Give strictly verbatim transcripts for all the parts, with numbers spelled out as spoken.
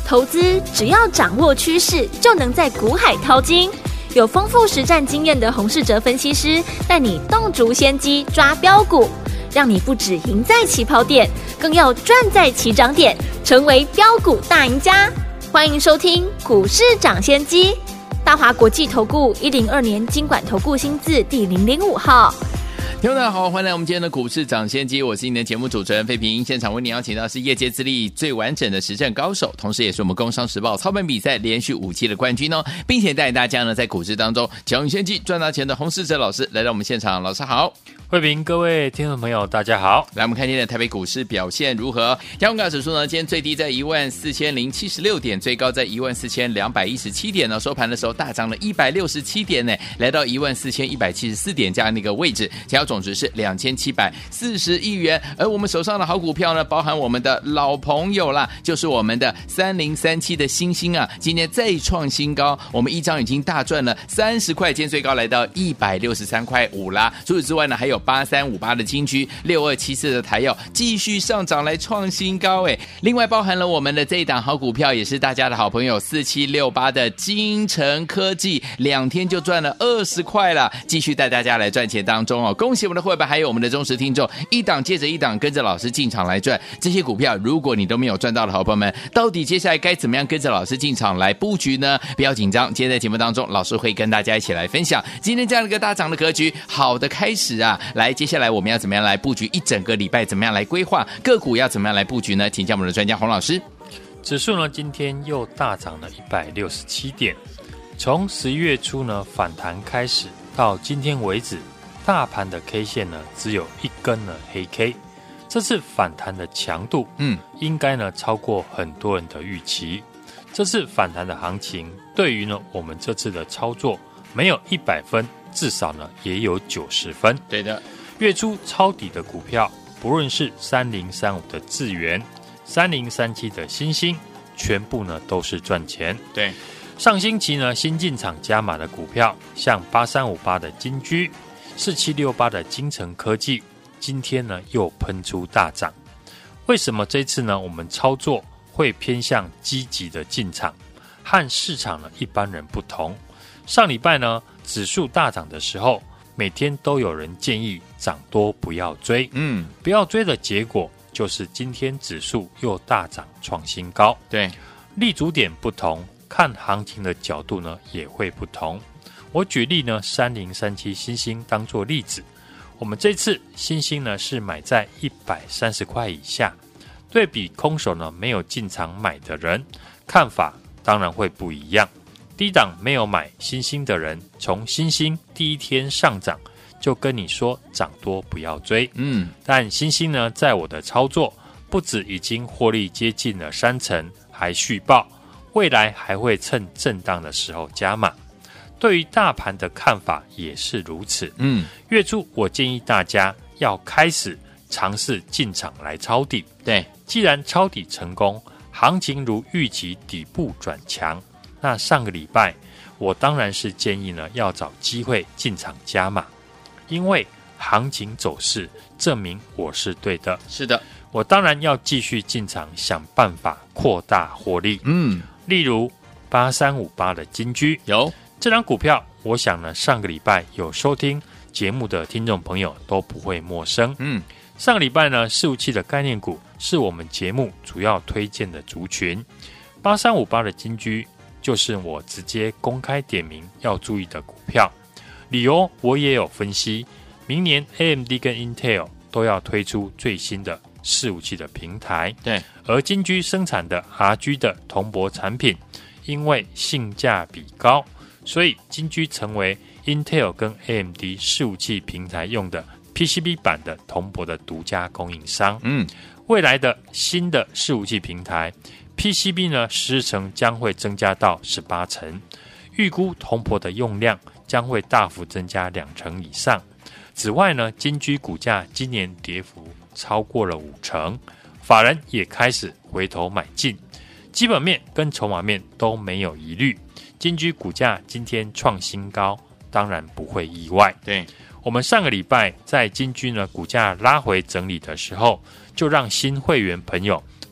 投资只要掌握趋势，就能在股海淘金。有丰富实战经验的洪士哲分析师带你洞烛先机抓标股，让你不只赢在起跑点，更要赚在起涨点，成为标股大赢家。欢迎收听股市涨先机，大华国际投顾一零二年金管投顾新字第零零五号。 听众大家好，欢迎来我们今天的股市涨先机，我是您的节目主持人费平。现场为您邀请到是业界资历最完整的实战高手，同时也是我们工商时报操盘比赛连续五期的冠军哦，并且带领大家呢在股市当中抢先机赚大钱的洪士哲老师来到我们现场。老师好。 慧平，各位听众朋友大家好。 来，我们看今天的台北股市表现如何？加权指数呢，今天最低在一万四千零七十六点，最高在一万四千两百一十七点呢，收盘的时候大涨了一百六十七点呢，来到一万四千一百七十四点这样的一个位置，成交总值是两千七百四十亿元。而我们手上的好股票呢，包含我们的老朋友啦，就是我们的三零三七的星星啊，今天再创新高，我们一张已经大赚了三十块，今天最高来到一百六十三块五啦。除此之外呢，还有八三五八的金居，六二七四的台药继续上涨来创新高诶。另外包含了我们的这一档好股票，也是大家的好朋友四七六八的精诚科技，两天就赚了二十块了，继续带大家来赚钱当中哦。恭喜我们的会员，还有我们的忠实听众，一档接着一档跟着老师进场来赚这些股票。如果你都没有赚到的好朋友们，到底接下来该怎么样跟着老师进场来布局呢？不要紧张，今天在节目当中，老师会跟大家一起来分享今天这样的一个大涨的格局，好的开始啊！来，接下来我们要怎么样来布局一整个礼拜？怎么样来规划个股要怎么样来布局呢？请教我们的专家洪老师。 指数呢，今天又大涨了一百六十七点，从十一月初呢反弹开始到今天为止，大盘的 K 线呢只有一根呢黑 K， 这次反弹的强度，嗯，应该呢超过很多人的预期。这次反弹的行情，对于呢我们这次的操作没有一百分，至少呢也有九十分。 对的。 月初抄底的股票，不论是三零三五的智原、三零三七的星星，全部呢都是赚钱。 对， 上星期呢新进场加码的股票，像八三五八的金居、四七六八的精诚科技，今天呢又喷出大涨。为什么这次呢我们操作会偏向积极的进场，和市场呢一般人不同？上礼拜呢指数大涨的时候，每天都有人建议涨多不要追，嗯，不要追的结果就是今天指数又大涨创新高。 对， 立足点不同，看行情的角度呢也会不同。我举例呢，三零三七星星当作例子，我们这次星星呢是买在一百三十块以下，对比空手呢没有进场买的人，看法当然会不一样。低档没有买星星的人，从星星第一天上涨就跟你说涨多不要追，嗯，但星星呢，在我的操作不止已经获利接近了三成，还续报，未来还会趁震荡的时候加码。对于大盘的看法也是如此，嗯，月初我建议大家要开始尝试进场来抄底， 对， 既然抄底成功，行情如预期底部转强。那上个礼拜我当然是建议呢要找机会进场加码，因为行情走势证明我是对的。 是的， 我当然要继续进场想办法扩大获利。嗯，例如八三五八的金居， 有这张股票，我想呢上个礼拜有收听节目的听众朋友都不会陌生。嗯，上个礼拜呢四五七的概念股是我们节目主要推荐的族群，八三五八的金居就是我直接公开点名要注意的股票，理由我也有分析。明年 A M D 跟 Intel 都要推出最新的伺服器的平台， 对， 而金居生产的 R G 的铜箔产品，因为性价比高，所以金居成为 Intel 跟 A M D 伺服器平台用的 P C B 版的铜箔的独家供应商。嗯，未来的新的伺服器平台P C B 呢，时程将会增加到十八成，预估铜箔的用量将会大幅增加两成以上。此外呢，金居股价今年跌幅超过了五成，法人也开始回头买进，基本面跟筹码面都没有疑虑。金居股价今天创新高，当然不会意外。 对， 我们上个礼拜在金居呢股价拉回整理的时候，就让新会员朋友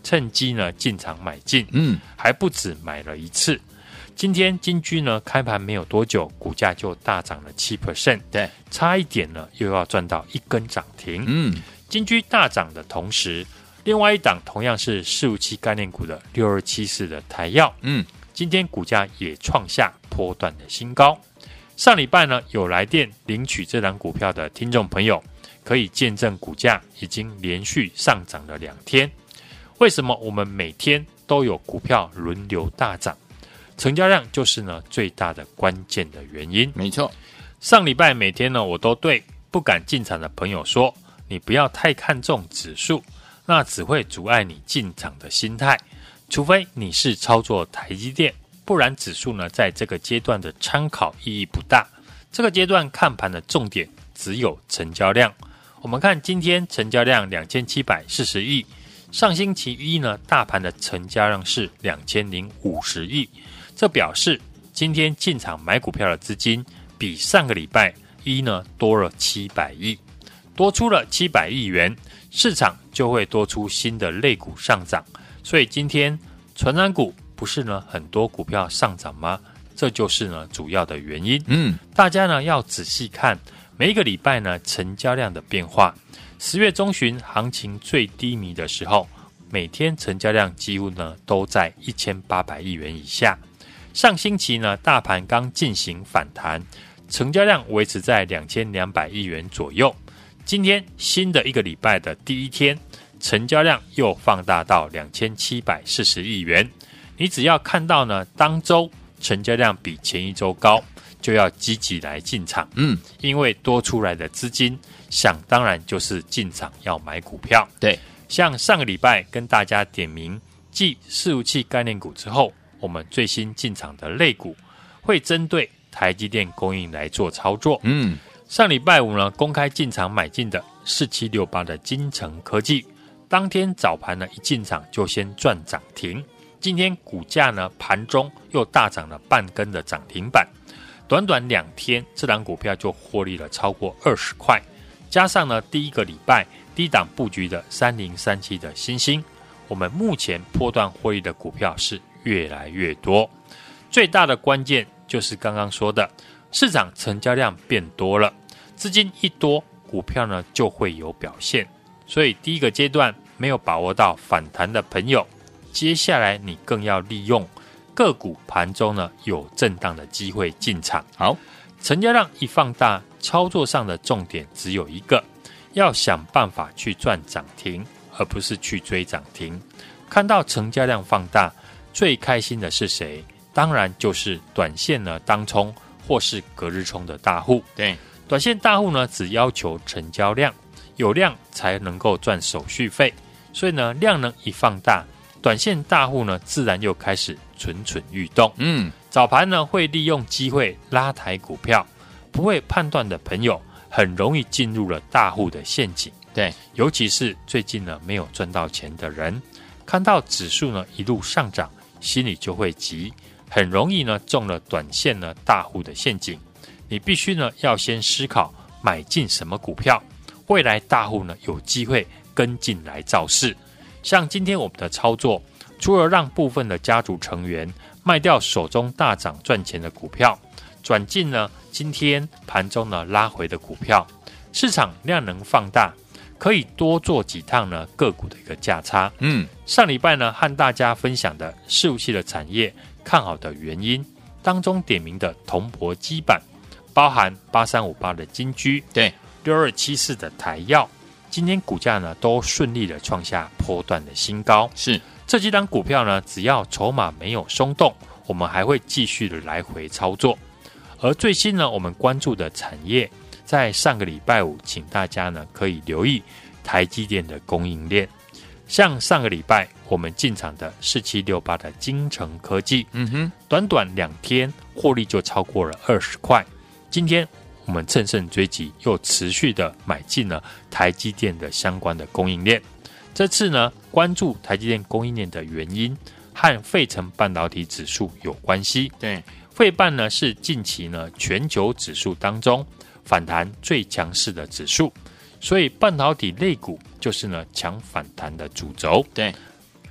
趁机呢进场买进， 嗯， 还不止买了一次。今天金居呢开盘没有多久，股价就大涨了 百分之七， 对， 差一点呢又要赚到一根涨停。 嗯， 金居大涨的同时，另外一档同样是四五七概念股的六二七四的台燿， 嗯， 今天股价也创下波段的新高。上礼拜呢有来电领取这档股票的听众朋友，可以见证股价已经连续上涨了两天。为什么我们每天都有股票轮流大涨？成交量就是呢最大的关键的原因。 没错， 上礼拜每天呢，我都对不敢进场的朋友说，你不要太看重指数，那只会阻碍你进场的心态。除非你是操作台积电，不然指数呢在这个阶段的参考意义不大。这个阶段看盘的重点只有成交量。我们看今天成交量两千七百四十亿，上星期一呢大盘的成交量是两千零五十亿。这表示今天进场买股票的资金比上个礼拜一呢多了七百亿，多出了七百亿元，市场就会多出新的类股上涨。所以今天传产股不是呢很多股票上涨吗？这就是呢主要的原因。 嗯， 大家呢要仔细看每一个礼拜呢成交量的变化。十月中旬行情最低迷的时候，每天成交量几乎呢都在一千八百亿元以下。上星期呢，大盘刚进行反弹，成交量维持在两千两百亿元左右。今天新的一个礼拜的第一天，成交量又放大到两千七百四十亿元。你只要看到呢，当周成交量比前一周高，就要积极来进场。嗯，因为多出来的资金，想当然就是进场要买股票。 对， 像上个礼拜跟大家点名继伺服器概念股之后，我们最新进场的类股会针对台积电供应来做操作。嗯，上礼拜五呢，公开进场买进的四七六八的精诚科技，当天早盘呢一进场就先赚涨停，今天股价呢盘中又大涨了半根的涨停板，短短两天，这档股票就获利了超过二十块，加上呢第一个礼拜低档布局的三零三七的新兴，我们目前波段获利的股票是越来越多。最大的关键就是刚刚说的，市场成交量变多了，资金一多，股票呢就会有表现。所以第一个阶段没有把握到反弹的朋友，接下来你更要利用个股盘中呢有震荡的机会进场。 好， 成交量一放大，操作上的重点只有一个，要想办法去赚涨停，而不是去追涨停。看到成交量放大，最开心的是谁？当然就是短线呢当冲或是隔日冲的大户。 对， 短线大户呢只要求成交量，有量才能够赚手续费，所以呢量能一放大，短线大户呢自然又开始蠢蠢欲动。嗯，早盘呢会利用机会拉抬股票，不会判断的朋友很容易进入了大户的陷阱。 对， 尤其是最近呢没有赚到钱的人，看到指数呢一路上涨，心里就会急，很容易呢中了短线呢大户的陷阱。你必须呢要先思考买进什么股票，未来大户呢有机会跟进来造势。像今天我们的操作，除了让部分的家族成员卖掉手中大涨赚钱的股票，转进呢今天盘中呢拉回的股票，市场量能放大，可以多做几趟呢个股的一个价差。嗯，上礼拜呢和大家分享的伺服器的产业看好的原因当中，点名的铜箔基板，包含八三五八的金居， 对， 六二七四的台燿，今天股价呢都顺利的创下波段的新高。 是这几档股票呢，只要筹码没有松动，我们还会继续的来回操作。而最新呢，我们关注的产业，在上个礼拜五，请大家呢可以留意台积电的供应链。像上个礼拜我们进场的四七六八的精诚科技，嗯哼，短短两天获利就超过了二十块。今天我们乘胜追击，又持续的买进了台积电的相关的供应链。这次呢，关注台积电供应链的原因和费城半导体指数有关系。 对， 费半呢是近期呢全球指数当中反弹最强势的指数，所以半导体类股就是呢强反弹的主轴。 对，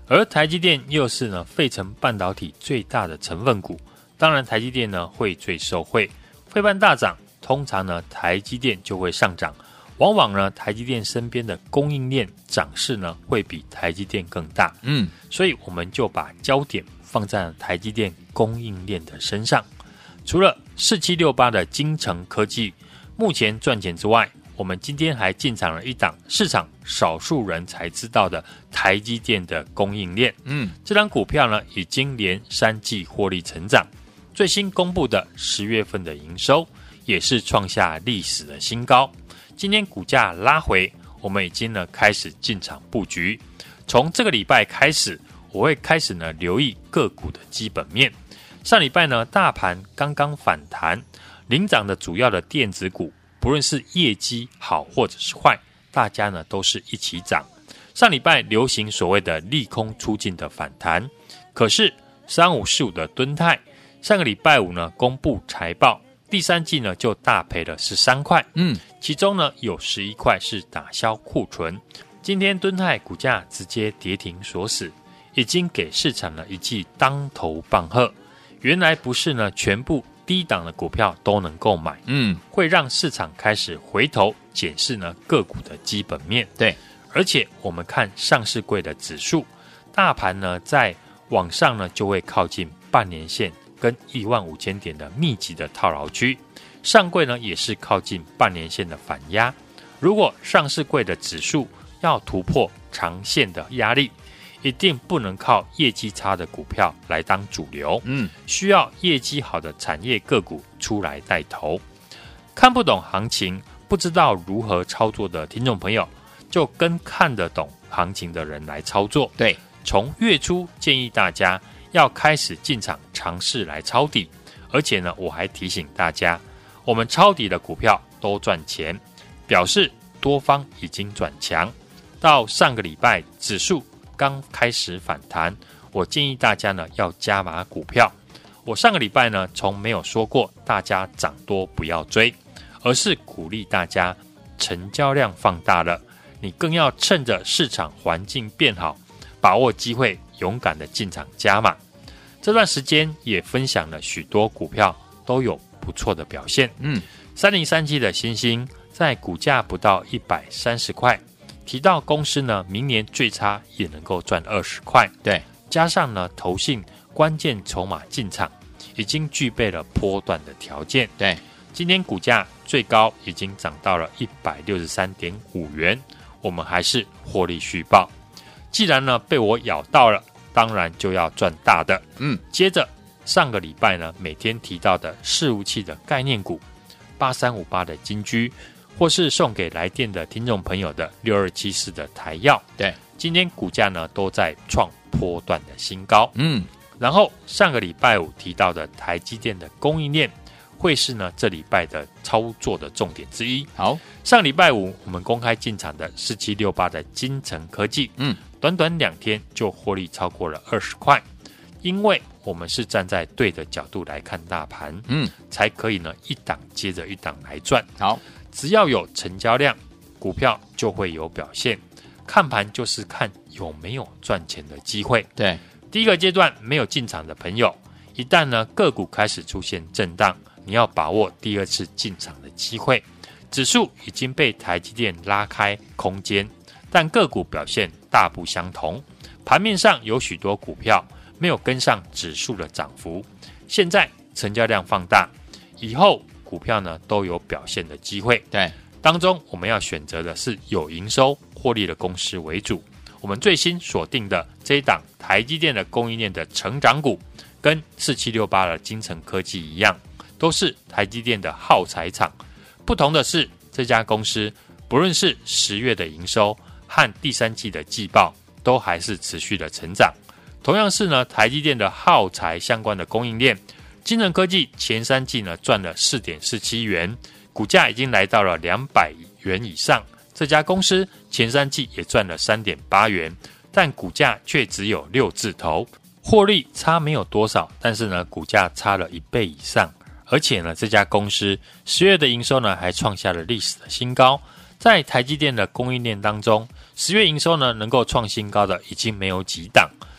而台积电又是呢费城半导体最大的成分股，当然台积电呢会最受惠。费半大涨，通常呢台积电就会上涨，往往呢台积电身边的供应链涨势呢会比台积电更大。嗯，所以我们就把焦点放在台积电供应链的身上。除了四七六八的精诚科技目前赚钱之外，我们今天还进场了一档市场少数人才知道的台积电的供应链。嗯，这档股票呢已经连三季获利成长，最新公布的十月份的营收也是创下历史的新高。今天股价拉回，我们已经呢开始进场布局。从这个礼拜开始，我会开始呢留意个股的基本面。上礼拜呢大盘刚刚反弹，领涨的主要的电子股，不论是业绩好或者是坏，大家呢都是一起涨。上礼拜流行所谓的利空出尽的反弹，可是三五四五的敦泰上个礼拜五呢公布财报，第三季呢就大赔了十三块，嗯，其中呢有十一块是打消库存。今天敦泰股价直接跌停锁死，已经给市场了一记当头棒喝。原来不是呢全部低档的股票都能够买，嗯，会让市场开始回头检视呢个股的基本面。对，而且我们看上市柜的指数，大盘呢在往上呢就会靠近半年线跟一万五千点的密集的套牢区，上柜呢也是靠近半年线的反压。如果上市柜的指数要突破长线的压力，一定不能靠业绩差的股票来当主流，嗯，需要业绩好的产业个股出来带头。看不懂行情，不知道如何操作的听众朋友，就跟看得懂行情的人来操作。对，从月初建议大家要开始进场尝试来抄底，而且呢，我还提醒大家，我们抄底的股票都赚钱，表示多方已经转强。到上个礼拜指数刚开始反弹，我建议大家呢要加码股票。我上个礼拜呢从没有说过大家涨多不要追，而是鼓励大家成交量放大了，你更要趁着市场环境变好，把握机会，勇敢的进场加码。这段时间也分享了许多股票都有不错的表现。嗯，三零三七的新兴在股价不到一百三十块。提到公司呢，明年最差也能够赚二十块，对，加上呢投信关键筹码进场，已经具备了波段的条件，对，今天股价最高已经涨到了一百六十三点五元，我们还是获利续报。既然呢被我咬到了，当然就要赚大的，嗯，接着上个礼拜呢每天提到的伺服器的概念股，八三五八的金居。或是送给来电的听众朋友的六二七四的台药，对，今天股价呢都在创波段的新高，嗯，然后上个礼拜五提到的台积电的供应链，会是呢这礼拜的操作的重点之一。好，上礼拜五我们公开进场的四七六八的精诚科技，嗯，短短两天就获利超过了二十块，因为我们是站在对的角度来看大盘，嗯，才可以呢一档接着一档来赚。好。只要有成交量，股票就会有表现。看盘就是看有没有赚钱的机会。对，第一个阶段没有进场的朋友，一旦呢个股开始出现震荡，你要把握第二次进场的机会。指数已经被台积电拉开空间，但个股表现大不相同。盘面上有许多股票没有跟上指数的涨幅，现在成交量放大，以后股票呢都有表现的机会，对，当中我们要选择的是有营收获利的公司为主。我们最新锁定的这一档台积电的供应链的成长股，跟四七六八的精诚科技一样，都是台积电的耗材厂。不同的是，这家公司不论是十月的营收和第三季的季报，都还是持续的成长。同样是呢，台积电的耗材相关的供应链。精诚科技前三季呢赚了 四点四七元，股价已经来到了两百元以上。这家公司前三季也赚了 三点八元，但股价却只有六字头，获利差没有多少，但是呢股价差了一倍以上。而且呢这家公司十月的营收呢还创下了历史的新高。在台积电的供应链当中，十月营收呢能够创新高的已经没有几档，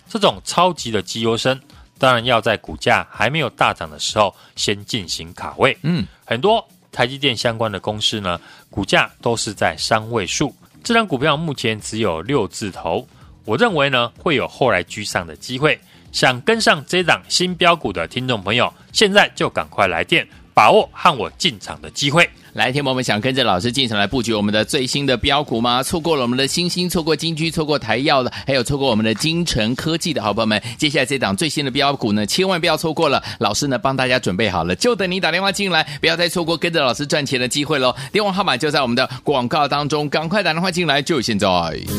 这种超级的绩优生，当然要在股价还没有大涨的时候先进行卡位。嗯，很多台积电相关的公司呢，股价都是在三位数，这张股票目前只有六字头，我认为呢会有后来居上的机会。想跟上这档新标股的听众朋友，现在就赶快来电，把握和我进场的机会。 来，天友们想跟着老师进场来布局我们的最新的标股吗？错过了我们的星星，错过金居，错过台药的，还有错过我们的精诚科技的好朋友们，接下来这档最新的标股呢，千万不要错过了。老师呢帮大家准备好了，就等你打电话进来，不要再错过跟着老师赚钱的机会咯。电话号码就在我们的广告当中，赶快打电话进来，就现在。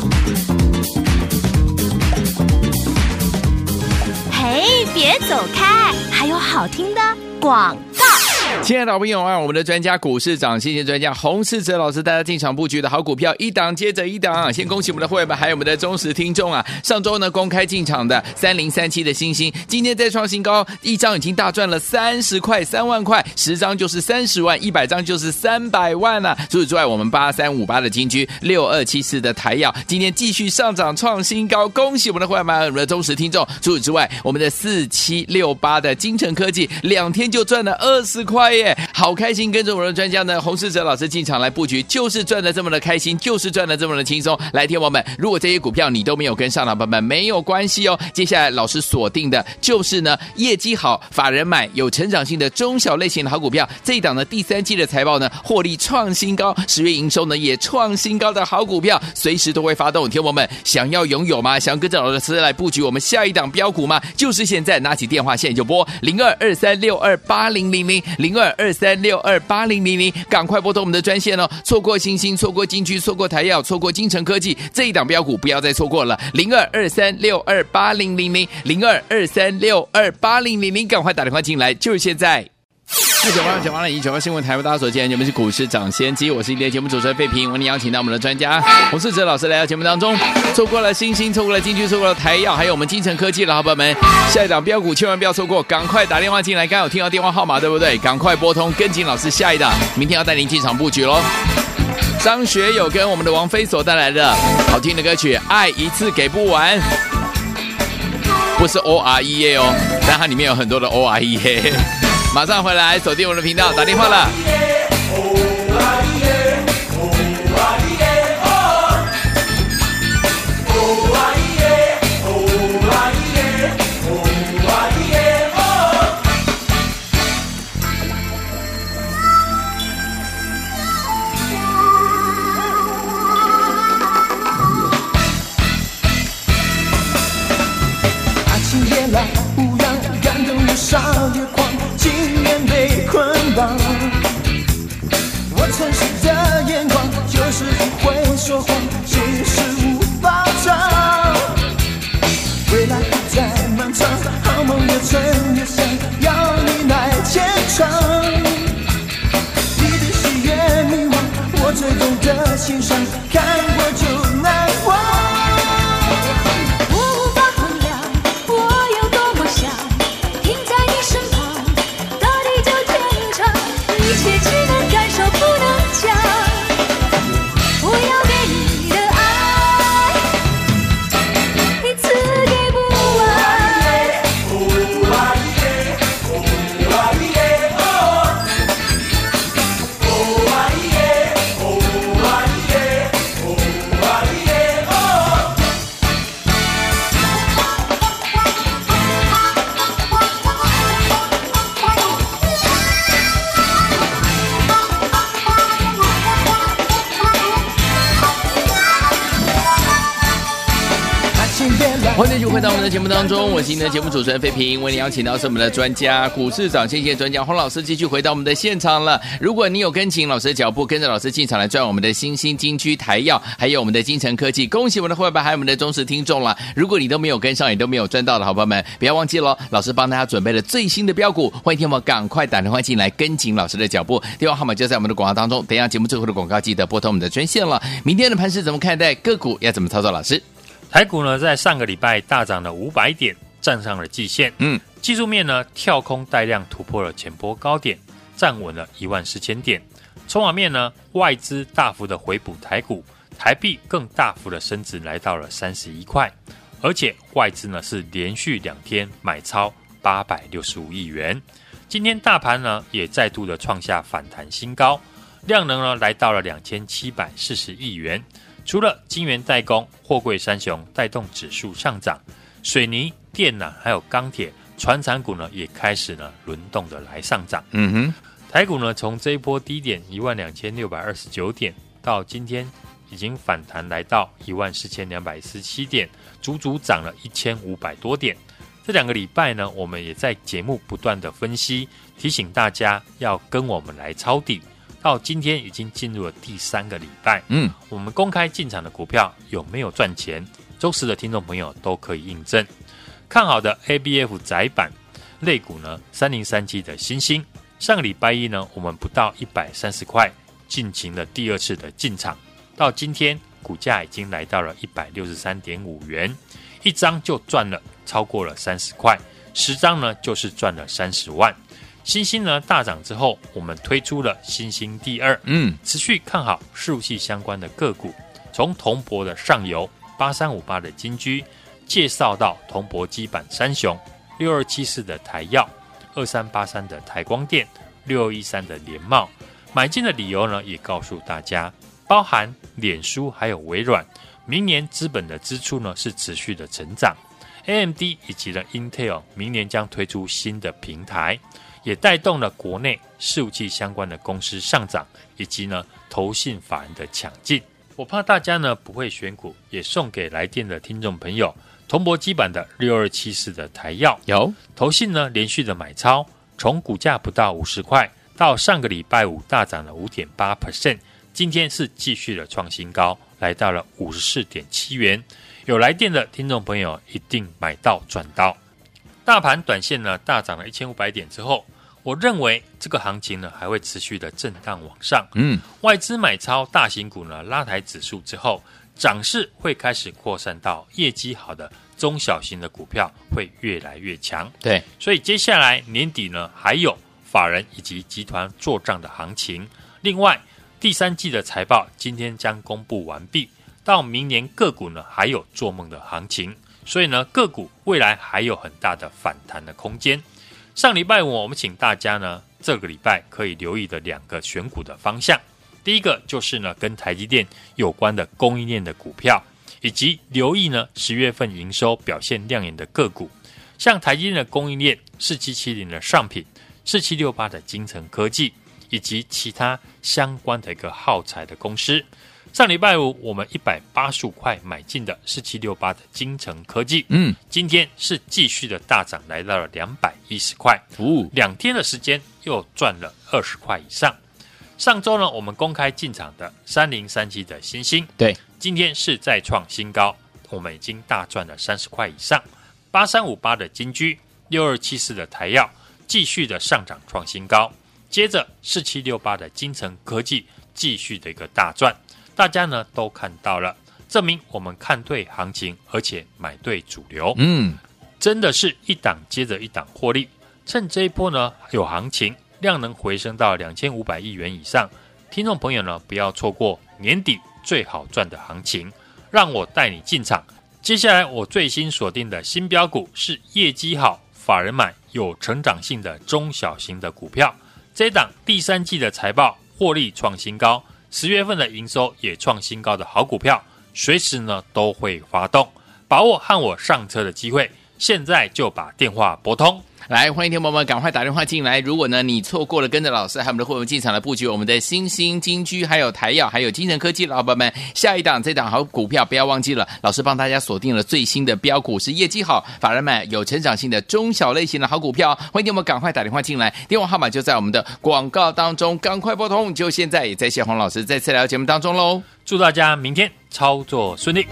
嘿，别走开，还有好听的广告。 亲爱的好朋友啊，我们的专家股市长谢谢专家洪士哲老师带大家进场布局的好股票，一档接着一档。先恭喜我们的会员们，还有我们的忠实听众啊！上周呢公开进场的三零三七的星星，今天再创新高，一张已经大赚了三十块、三万块，十张就是三十万，一百张就是三百万啊！除此之外，我们八三五八的金居，六二七四的台药，今天继续上涨创新高，恭喜我们的会员们，还有我们的忠实听众。除此之外，我们的四七六八的精诚科技，两天就赚了二十块耶！好开心，跟着我们的专家呢洪士哲老师进场来布局，就是赚得这么的开心，就是赚得这么的轻松。来，听友们，如果这些股票你都没有跟上的朋友们，没有关系哦。接下来老师锁定的就是呢业绩好、法人买、有成长性的中小类型的好股票。这一档呢第三季的财报呢获利创新高，十月营收呢也创新高的好股票，随时都会发动。听友们想要拥有吗？想要跟着老师来布局我们下一档标股吗？就是现在，拿起电话现在就拨零二二三六二八零零零零二二三六二八零零零，赶快拨通我们的专线哦！错过星星，错过金居，错过台药，错过精诚科技，这一档标股不要再错过了。零二二三六二八零零零零二二三六二八零零零，赶快打电话进来，就是现在。九八九八零一九八新闻台为大家所见，你们是股市涨先机，我是今天节目主持人费平，为您邀请到我们的专家洪士哲老师来到节目当中。错过了星星，错过了金居，错过了台药，还有我们精诚科技的好朋友们，下一档标股千万不要错过，赶快打电话进来。刚刚有听到电话号码对不对？赶快拨通，跟紧老师下一档，明天要带您进场布局咯。张学友跟我们的王菲所带来的好听的歌曲《爱一次给不完》，不是 O R E A 哦，但它里面有很多的 O R E A。马上回来，锁定我们的频道，打电话了。 爱情越来不让感动越少越狂，情愿被捆绑。我诚实的眼光就是不会说谎，心事无法藏。未来不再漫长，好梦越沉越香，要你来牵肠。你的喜悦迷惘，我最懂得欣赏，看过就难忘。 欢迎继续回到我们的节目当中，我是您的节目主持人费平，为您邀请到是我们的专家股市涨先线专家洪老师，继续回到我们的现场了。如果你有跟紧老师的脚步，跟着老师进场来赚我们的新兴金居台药，还有我们的精诚科技，恭喜我们的会员还有我们的忠实听众了。如果你都没有跟上，也都没有赚到的好朋友们，不要忘记了，老师帮大家准备了最新的标股，欢迎听我们赶快打电话进来跟紧老师的脚步，电话号码就在我们的广告当中。等一下节目最后的广告记得拨通我们的专线了。明天的盘势怎么看待？个股要怎么操作？老师？ 台股呢，在上个礼拜大涨了五百点，站上了季线。嗯，技术面呢，跳空带量突破了前波高点，站稳了一万四千点。筹码面呢，外资大幅的回补台股，台币更大幅的升值，来到了三十一块。 而且外资呢是连续两天买超八百六十五亿元。今天大盘呢也再度的创下反弹新高，量能呢来到了两千七百四十亿元。除了晶圆代工、货柜三雄带动指数上涨，水泥、电缆还有钢铁、传产股呢也开始呢轮动的来上涨。 嗯哼， 台股呢从这一波低点一万两千六百二十九点到今天已经反弹来到一万四千两百一十七点，足足涨了一千五百多点。这两个礼拜呢，我们也在节目不断的分析，提醒大家要跟我们来抄底。到今天已经进入了第三个礼拜， 嗯， 我们公开进场的股票有没有赚钱？忠实的听众朋友都可以印证。看好的 A B F 载板类股呢，三零三七的新兴，上个礼拜一呢，我们不到一百三十块进行了第二次的进场，到今天股价已经来到了一百六十三点五元，一张就赚了超过了三十块，十张呢就是赚了三十万。新兴呢大涨之后，我们推出了新兴第二， 嗯， 持续看好伺服器相关的个股，从铜箔的上游八三五八的金居，介绍到铜箔基板三雄六二七四的台燿、二三八三的台光电、六二一三的联茂。买进的理由呢，也告诉大家，包含脸书还有微软，明年资本的支出呢是持续的成长。A M D 以及呢 Intel 明年将推出新的平台，也带动了国内伺服器相关的公司上涨，以及呢投信法人的抢进。我怕大家呢不会选股，也送给来电的听众朋友，铜箔基板的六二七四的台燿， 有投信呢连续的买超，从股价不到五十块，到上个礼拜五大涨了 百分之五点八， 今天是继续的创新高，来到了 五十四点七元。有来电的听众朋友一定买到赚到。大盘短线呢大涨了一千五百点之后，我认为这个行情呢还会持续的震荡往上。 嗯， 外资买超大型股呢拉抬指数之后，涨势会开始扩散到业绩好的中小型的股票会越来越强。 对， 所以接下来年底呢还有法人以及集团做账的行情。另外第三季的财报今天将公布完毕，到明年个股呢还有做梦的行情，所以呢个股未来还有很大的反弹的空间。上礼拜五我们请大家呢这个礼拜可以留意的两个选股的方向，第一个就是呢跟台积电有关的供应链的股票，以及留意呢十月份营收表现亮眼的个股，像台积电的供应链四七七零的上品、四七六八的精诚科技，以及其他相关的一个耗材的公司。上礼拜五我们一百八十五块买进的四七六八的精诚科技， 嗯， 今天是继续的大涨，来到了两百一十块， 哦， 两天的时间又赚了二十块以上。上周呢我们公开进场的三零三七的新兴， 对， 今天是再创新高，我们已经大赚了三十块以上。八三五八的金居，六二七四的台燿继续的上涨创新高，接着四七六八的精诚科技继续的一个大赚，大家呢都看到了，证明我们看对行情，而且买对主流。 嗯， 真的是一档接着一档获利。趁这一波呢有行情，量能回升到两千五百亿元以上，听众朋友呢不要错过年底最好赚的行情，让我带你进场。接下来我最新锁定的新标股是业绩好、法人买、有成长性的中小型的股票。这一档第三季的财报获利创新高，十月份的营收也创新高的好股票，随时呢都会发动，把握和我上车的机会，现在就把电话拨通。 来，欢迎听众朋友们赶快打电话进来。如果呢你错过了跟着老师还有我们的会员进场的布局，我们的新兴、金居、还有台燿、还有精诚科技，老板们，下一档这档好股票不要忘记了，老师帮大家锁定了最新的标股，是业绩好、法人买、有成长性的中小类型的好股票。欢迎听我们赶快打电话进来，电话号码就在我们的广告当中，赶快拨通。就现在也在谢洪老师再次来到节目当中喽。 祝大家明天操作顺利。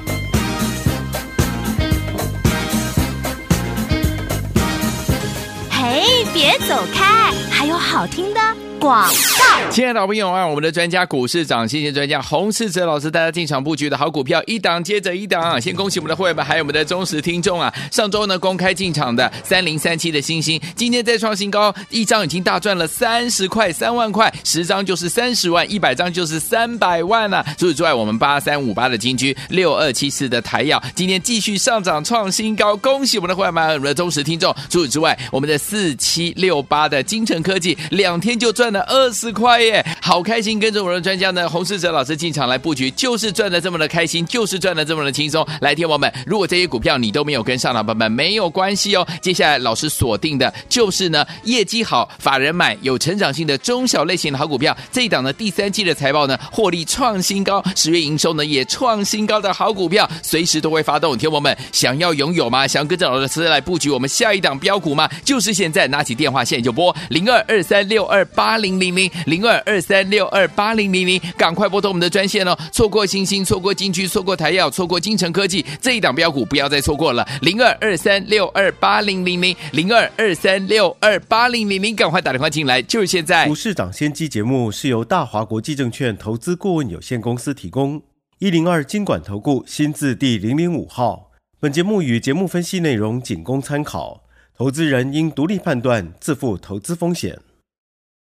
嘿，别走开，还有好听的广告。 亲爱的好朋友啊，我们的专家股市长，谢谢专家洪士哲老师带大家进场布局的好股票，一档接着一档啊！先恭喜我们的会员们，还有我们的忠实听众啊！上周呢公开进场的三零三七的星星，今天再创新高，一张已经大赚了三十块、三万块，十张就是三十万，一百张就是三百万啊！除此之外，我们八三五八的金居，六二七四的台药，今天继续上涨创新高，恭喜我们的会员们，还有我们的忠实听众。除此之外，我们的四七六八的精诚科技，两天就赚了二十块耶，好开心！跟着我们的专家呢洪士哲老师进场来布局，就是赚的这么的开心，就是赚的这么的轻松。来，听我们，如果这些股票你都没有跟上的朋友们，没有关系哦。接下来老师锁定的就是呢业绩好、法人买、有成长性的中小类型的好股票。这一档呢第三季的财报呢获利创新高，十月营收呢也创新高的好股票，随时都会发动。听我们想要拥有吗？想要跟着老师来布局我们下一档标股吗？就是现在，拿起电话现在就拨零二二三六二八零零零零二二三六二八零零零，赶快拨通我们的专线哦！错过星星，错过金居，错过台药，错过精诚科技，这一档标股不要再错过了。零二二三六二八零零零零二二三六二八零零零，赶快打电话进来，就是现在。 股市涨先机节目是由大华国际证券投资顾问有限公司提供，一零二金管投顾新字第零零五号。本节目与节目分析内容仅供参考，投资人应独立判断，自负投资风险。